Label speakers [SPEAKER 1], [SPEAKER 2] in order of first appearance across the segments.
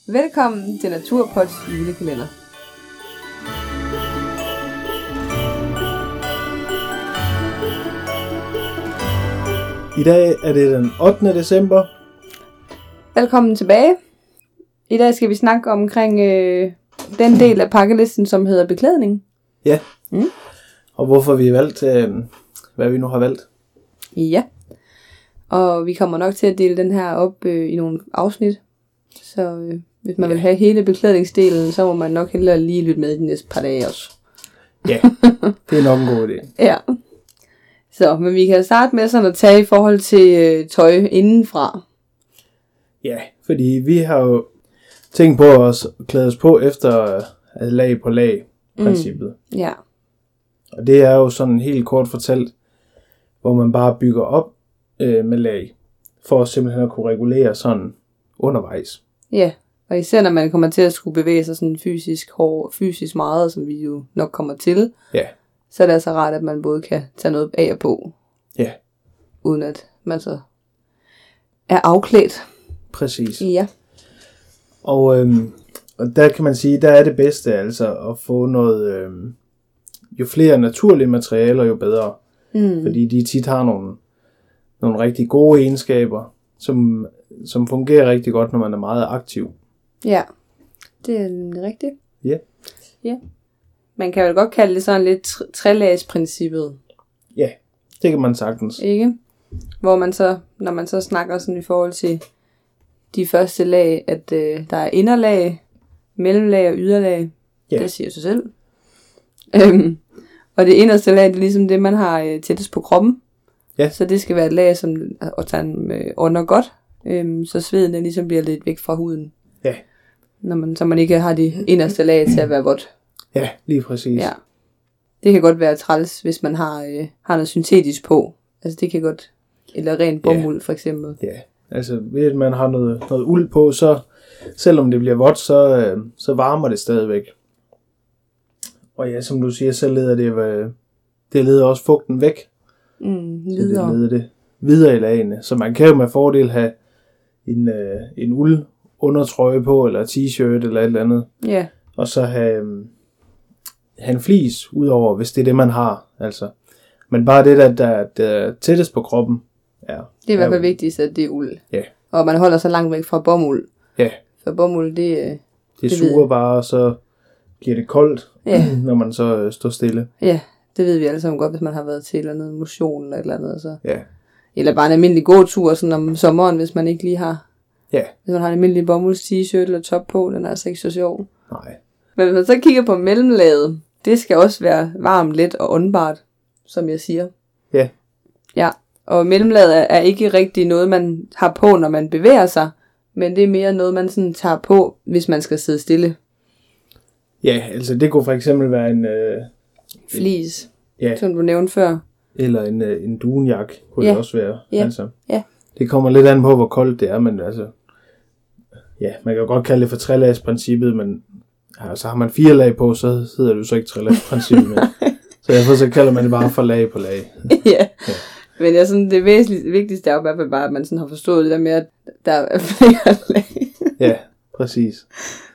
[SPEAKER 1] Velkommen til Naturpods julekalender.
[SPEAKER 2] I dag er det den 8. december.
[SPEAKER 1] Velkommen tilbage. I dag skal vi snakke omkring den del af pakkelisten, som hedder beklædning.
[SPEAKER 2] Ja, og hvorfor vi har valgt, hvad vi nu har valgt.
[SPEAKER 1] Ja, og vi kommer nok til at dele den her op i nogle afsnit. Så hvis man vil have hele beklædningsdelen, så må man nok hellere lige lytte med i de næste par dage også.
[SPEAKER 2] Ja, det er nok en god idé.
[SPEAKER 1] Ja. Så, men vi kan starte med sådan at tage i forhold til tøj indenfra.
[SPEAKER 2] Ja, fordi vi har jo tænkt på at klæde os på efter lag på lag princippet.
[SPEAKER 1] Ja.
[SPEAKER 2] Og det er jo sådan helt kort fortalt, hvor man bare bygger op med lag, for simpelthen at kunne regulere sådan undervejs.
[SPEAKER 1] Ja, og især når man kommer til at skulle bevæge sig sådan fysisk meget, som vi jo nok kommer til,
[SPEAKER 2] Ja.
[SPEAKER 1] så er det altså rart, at man både kan tage noget af og på,
[SPEAKER 2] Ja,
[SPEAKER 1] uden at man så er afklædt.
[SPEAKER 2] præcis.
[SPEAKER 1] Ja.
[SPEAKER 2] Og der kan man sige, der er det bedste altså at få noget, jo flere naturlige materialer, jo bedre. Fordi de tit har nogle rigtig gode egenskaber, som fungerer rigtig godt, når man er meget aktiv.
[SPEAKER 1] Ja, det er rigtigt.
[SPEAKER 2] Ja.
[SPEAKER 1] Ja. Man kan jo godt kalde det sådan lidt trelagsprincippet.
[SPEAKER 2] Ja, det kan man sagtens.
[SPEAKER 1] Ikke? Hvor man så, når man så snakker sådan i forhold til de første lag, at der er inderlag, mellemlag og yderlag.
[SPEAKER 2] Ja.
[SPEAKER 1] Det siger sig selv. Og det inderste lag, det er ligesom det, man har tættest på kroppen.
[SPEAKER 2] Ja.
[SPEAKER 1] Så det skal være et lag, som ånder godt, så sveden den ligesom bliver lidt væk fra huden.
[SPEAKER 2] Ja.
[SPEAKER 1] Så man ikke har det inderste lag til at være vådt.
[SPEAKER 2] Ja, lige præcis.
[SPEAKER 1] Ja. Det kan godt være træls, hvis man har noget syntetisk på. Altså det kan godt, eller ren bomuld for eksempel.
[SPEAKER 2] Ja, altså ved at man har noget uld på, så selvom det bliver vådt, så varmer det stadigvæk. Og ja, som du siger, så leder det leder også fugten væk.
[SPEAKER 1] Videre.
[SPEAKER 2] Så det leder det videre i lagene. Så man kan jo med fordel have en uld undertrøje på, eller t-shirt, eller et eller andet.
[SPEAKER 1] Ja.
[SPEAKER 2] Og så have en flis udover, hvis det er det, man har. Altså. Men bare det, der er tættest på kroppen. Ja,
[SPEAKER 1] Det er i hvert fald vigtigst, at det er uld.
[SPEAKER 2] Ja.
[SPEAKER 1] Og man holder så langt væk fra bomuld.
[SPEAKER 2] Ja.
[SPEAKER 1] For bomuld, det
[SPEAKER 2] suger bare, og så bliver det koldt, når man så står stille.
[SPEAKER 1] Ja, det ved vi alle sammen godt, hvis man har været til et eller andet motion eller et eller andet. Så.
[SPEAKER 2] Ja.
[SPEAKER 1] Eller bare en almindelig gåtur sådan om sommeren, hvis man ikke lige har.
[SPEAKER 2] Ja.
[SPEAKER 1] Hvis man har en almindelig bomulds t-shirt eller top på, den er altså ikke så sjov.
[SPEAKER 2] Nej.
[SPEAKER 1] Men hvis man så kigger på mellemlaget, det skal også være varmt, let og åndbart, som jeg siger.
[SPEAKER 2] Ja.
[SPEAKER 1] Ja, og mellemlaget er ikke rigtig noget, man har på, når man bevæger sig, men det er mere noget, man sådan tager på, hvis man skal sidde stille.
[SPEAKER 2] Ja, altså det kunne for eksempel være en
[SPEAKER 1] Flis,
[SPEAKER 2] ja,
[SPEAKER 1] som du nævnte før.
[SPEAKER 2] eller en dunjak kunne det også være.
[SPEAKER 1] Ja.
[SPEAKER 2] Altså,
[SPEAKER 1] Ja.
[SPEAKER 2] det kommer lidt an på, hvor koldt det er, men altså, ja, man kan jo godt kalde det for trelagsprincippet, men så har man 4 lag på, så hedder det jo så ikke trelagsprincippet mere. Så derfor så kalder man det bare for lag på lag.
[SPEAKER 1] Ja. Men ja, sådan, det vigtigste er jo i hvert fald bare, at man sådan har forstået det der med, at der er flere lag.
[SPEAKER 2] Ja, præcis.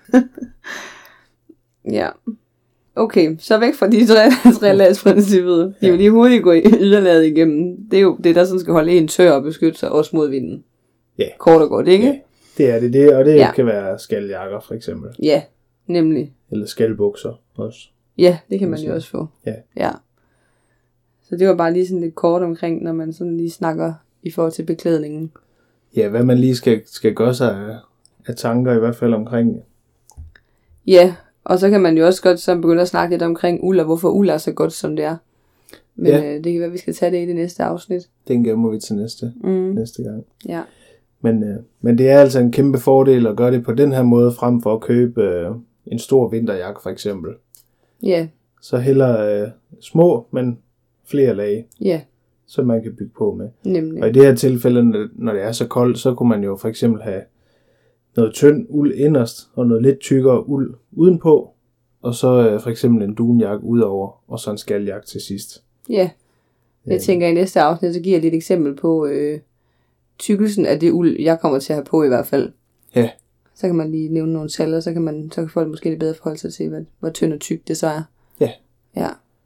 [SPEAKER 1] Ja. Okay, så væk fra de trelagsprincippet. De vil lige hurtigt gå yderlaget igennem. Det er jo det, der sådan skal holde en tør og beskytte sig også mod vinden.
[SPEAKER 2] Ja.
[SPEAKER 1] Kort og godt, ikke?
[SPEAKER 2] Ja, det er det. Og det kan være skaljakker for eksempel.
[SPEAKER 1] Ja, nemlig.
[SPEAKER 2] Eller skalbukser også.
[SPEAKER 1] Ja, det kan man jo også få.
[SPEAKER 2] Ja.
[SPEAKER 1] Så det var bare lige sådan lidt kort omkring, når man sådan lige snakker i forhold til beklædningen.
[SPEAKER 2] Ja, hvad man lige skal gøre sig af tanker i hvert fald omkring.
[SPEAKER 1] Ja, og så kan man jo også godt så begynde at snakke lidt omkring uld, og hvorfor uld er så godt, som det er. Men det kan være, vi skal tage det i det næste afsnit.
[SPEAKER 2] Den gemmer vi til næste gang.
[SPEAKER 1] Ja.
[SPEAKER 2] Men det er altså en kæmpe fordel at gøre det på den her måde, frem for at købe en stor vinterjakke for eksempel.
[SPEAKER 1] Ja.
[SPEAKER 2] Så hellere små, men flere lag, som man kan bygge på med.
[SPEAKER 1] Nemlig.
[SPEAKER 2] Og i det her tilfælde, når det er så koldt, så kunne man jo for eksempel have noget tynd uld inderst, og noget lidt tykkere uld udenpå, og så for eksempel en dunjakke udover, og så en skaljakke til sidst.
[SPEAKER 1] Ja, jeg tænker i næste afsnit, så giver jeg lidt eksempel på tykkelsen af det uld, jeg kommer til at have på i hvert fald.
[SPEAKER 2] Ja.
[SPEAKER 1] Så kan man lige nævne nogle tal, og så kan folk måske lidt bedre forholde sig til, hvor tynd og tyk det så er.
[SPEAKER 2] Ja.
[SPEAKER 1] Ja.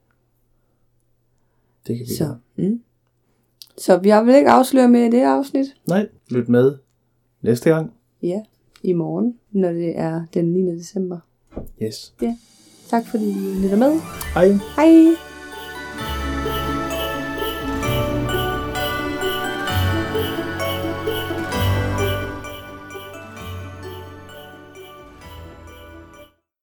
[SPEAKER 2] Det kan vi
[SPEAKER 1] så. Så vi har vel ikke afsløret mere i det afsnit?
[SPEAKER 2] Nej, lyt med næste gang.
[SPEAKER 1] Ja, i morgen, når det er den 9. december.
[SPEAKER 2] Yes.
[SPEAKER 1] Ja. Tak fordi I lytter med.
[SPEAKER 2] Hej.
[SPEAKER 1] Hej.